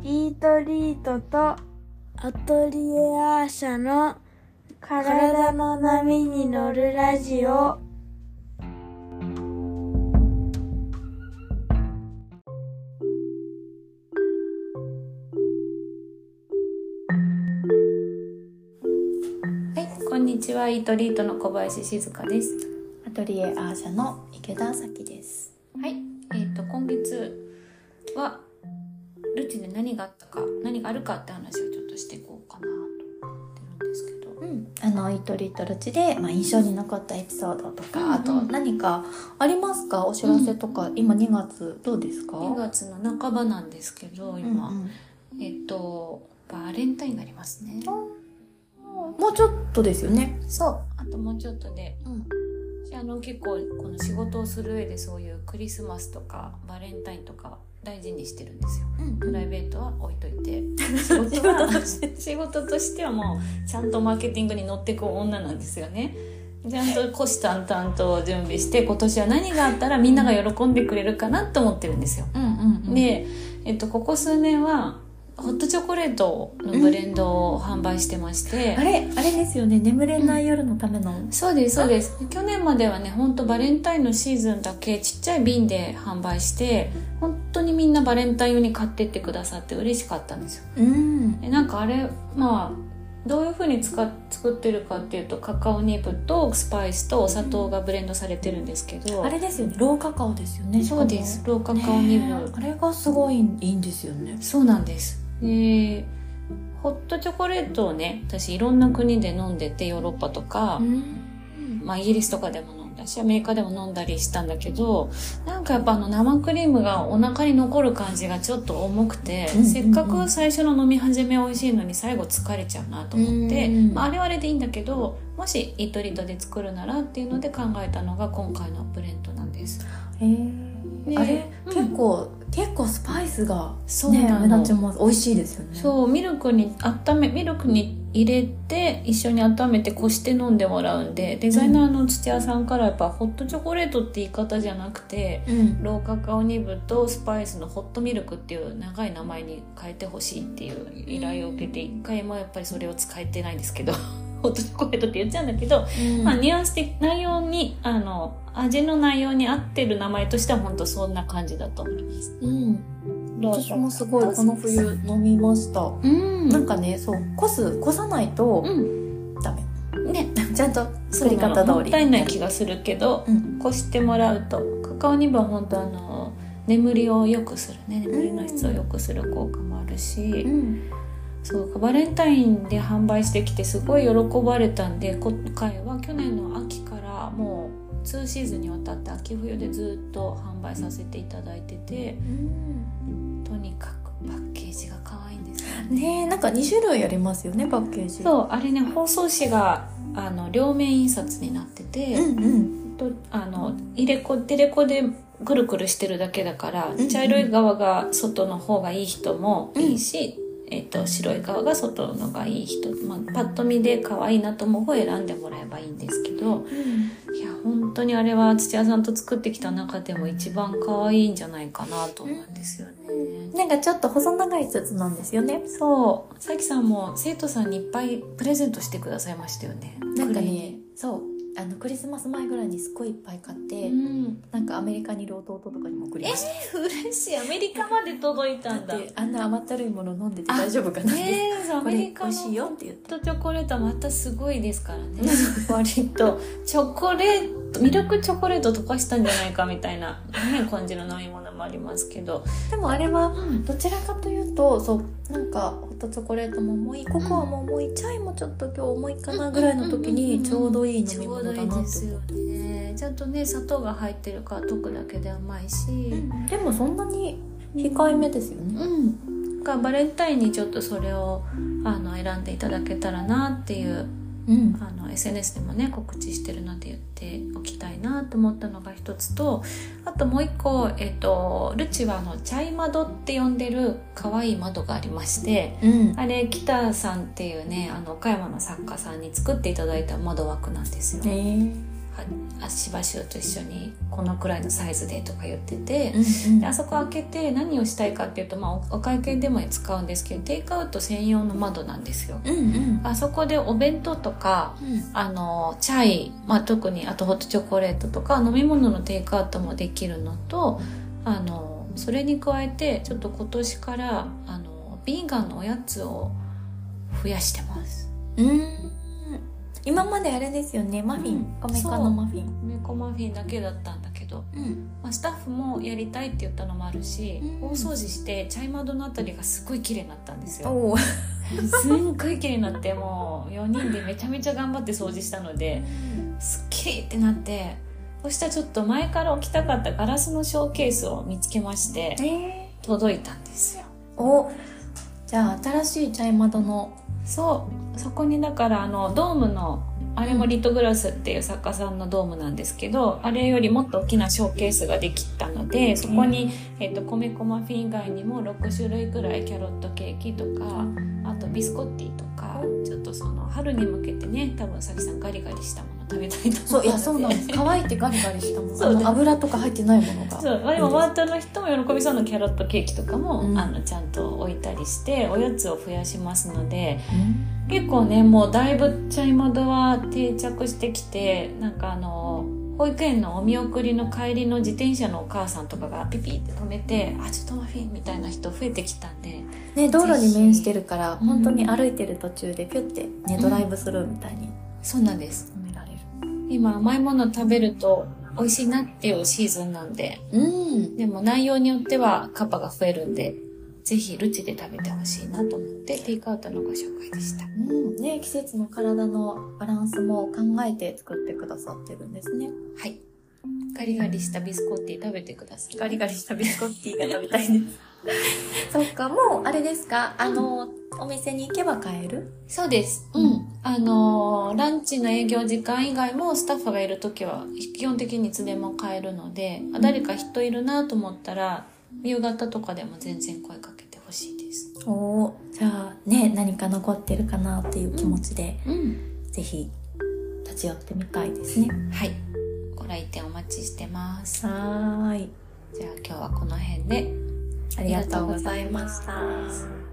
イートリートとアトリエアーシャの体の波に乗るラジオ。 こんにちは、イートリートの小林静香です。 アトリエアーシャの池田咲です。 はい、今月はルチで何があったか、何があるかって話をちょっとしていこうかなと思ってるんですけど、 イートリートルチで、印象に残ったエピソードとか、あと何かありますか？お知らせとか、今2月どうですか ？2月の半ばなんですけど、今、バレンタインがありますね。 もうちょっとですよね。 そう、あともうちょっとで、結構この仕事をする上でそういうクリスマスとかバレンタインとか大事にしてるんですよ。プライベートは置いといて、仕事としてはもうちゃんとマーケティングに乗っていく女なんですよね。ちゃんと虎視眈々と準備して、今年は何があったらみんなが喜んでくれるかなと思ってるんですよ。で、ここ数年はホットチョコレートのブレンドを販売してまして、 あれですよね、眠れない夜のための、 そうですそうです。去年まではね、本当バレンタインのシーズンだけちっちゃい瓶で販売して、本当にみんなバレンタイン用に買ってってくださって嬉しかったんですよ。なんかあれ、どういう風に作ってるかっていうと、カカオニブとスパイスとお砂糖がブレンドされてるんですけど、 あれですよね、ローカカオですよね。 そうです、ローカカオニブ、 あれがすごいいいんですよね。 そうなんです。ホットチョコレートをね、私いろんな国で飲んでて、ヨーロッパとか、イギリスとかでも飲んだし、アメリカでも飲んだりしたんだけど、なんかやっぱ生クリームがお腹に残る感じがちょっと重くて、せっかく最初の飲み始め美味しいのに最後疲れちゃうなと思って、あれはあれでいいんだけど、もしイートリートで作るならっていうので考えたのが今回のブレンドなんです。 あれ、結構スパイスが、 目立ちます。美味しいですよね。 そう、ミルクに入れて一緒に温めてこして飲んでもらうんで、デザイナーの土屋さんからやっぱホットチョコレートって言い方じゃなくて、ローカカオニブとスパイスのホットミルクっていう長い名前に変えてほしいっていう依頼を受けて、一回もやっぱりそれを使えてないんですけどホットチョコレートって言っちゃうんだけど、ニュアンス的内容に味の内容に合ってる名前としては本当そんな感じだと思います。 私もすごいこの冬飲みました。なんかね、そう、こさないとダメね。ちゃんと作り方通りもったいない気がするけど、こしてもらうと、カカオニブは本当眠りを良くするね、眠りの質を良くする効果もあるし、そうバレンタインで販売してきてすごい喜ばれたんで、今回は去年の秋からもう2シーズンにわたって秋冬でずっと販売させていただいてて、とにかくパッケージが可愛いんですよね。 なんか2種類ありますよね、パッケージ。 そう、あれね、包装紙が両面印刷になってて、デレコでくるくるしてるだけだから、茶色い側が外の方がいい人もいいし、白い側が外のがいい人、パッと見で可愛いなと思う方を選んでもらえばいいんですけど、いや本当にあれは土屋さんと作ってきた中でも一番可愛いんじゃないかなと思うんですよね。 なんかちょっと細長い筒なんですよね。 そう、さきさんも生徒さんにいっぱいプレゼントしてくださいましたよね。 なんかね、そうクリスマス前ぐらいにすっごいいっぱい買って、なんかアメリカにいる弟とかにも送りました。 嬉しい。アメリカまで届いたんだ。 だってあんな甘ったるいもの飲んでて大丈夫かなって、 アメリカのこれ美味しいよって言って。 ホットチョコレートはまたすごいですからね。割とチョコレート、ミルクチョコレート溶かしたんじゃないかみたいな、感じの飲み物もありますけど、 でもあれはどちらかというと、そうなんかホットチョコレートも重い、ココアも重い、チャイもちょっと今日重いかなぐらいの時にちょうどいい飲み物だなって思って。 ちゃんとね、砂糖が入ってるから溶くだけで甘いし、 でもそんなに控えめですよね。 バレンタインにちょっとそれを選んでいただけたらなっていう、SNS でもね告知してるので言っておきたいなと思ったのが一つと、あともう一個、ルチはチャイ窓って呼んでる可愛い窓がありまして、あれ北さんっていうね岡山の作家さんに作っていただいた窓枠なんですよ。 しばしゅうと一緒にこのくらいのサイズでとか言ってて、であそこ開けて何をしたいかっていうと、お会計でも使うんですけど、テイクアウト専用の窓なんですよ。あそこでお弁当とか、チャイ、特にあとホットチョコレートとか飲み物のテイクアウトもできるのと、それに加えてちょっと今年からビーガンのおやつを増やしてます。 今まであれですよね、マフィン、米粉のマフィン、 米粉マフィンだけだったんだけど、スタッフもやりたいって言ったのもあるし、大掃除してチャイ窓のあたりがすごい綺麗になったんですよ。すんごい綺麗になって、もう4人でめちゃめちゃ頑張って掃除したので、すっきりってなって、そしたらちょっと前から置きたかったガラスのショーケースを見つけまして、届いたんですよ。 じゃあ新しいチャイ窓の、 そこにだからドームのあれもリトグラスっていう作家さんのドームなんですけど、あれよりもっと大きなショーケースができたので、そこに、米粉マフィン以外にも6種類くらいキャロットケーキとか、あとビスコッティとか、ちょっとその春に向けてね、多分さきさんガリガリしたもの食べたいと思うので。 そうなんです。乾いてガリガリしたもの、油とか入ってないものが。 でもワーターの人も喜びそうなキャロットケーキとかも、ちゃんと置いたりしておやつを増やしますので、結構ね、もうだいぶチャイ窓は定着してきて、なんか保育園のお見送りの帰りの自転車のお母さんとかがピピって止めて、ちょっとマフィンみたいな人増えてきたんでね、道路に面してるから本当に歩いてる途中でピュッてね、ドライブスルーみたいに、 そうなんです。止められる。今甘いもの食べると美味しいなっていうシーズンなんで、でも内容によってはカパが増えるんで、ぜひルチで食べてほしいなと思ってテイクアウトのご紹介でした。 ね、季節の体のバランスも考えて作ってくださってるんですね。 はい。ガリガリしたビスコッティ食べてください。 ガリガリしたビスコッティが食べたいです。そっか、もうあれですか、お店に行けば買える？ そうです。ランチの営業時間以外もスタッフがいるときは基本的にいつでも買えるので、誰か人いるなと思ったら夕方とかでも全然声かけてほしいです。 じゃあね、何か残ってるかなっていう気持ちで、ぜひ立ち寄ってみたいですね。 はい。ご来店お待ちしてます。 じゃあ今日はこの辺でありがとうございました。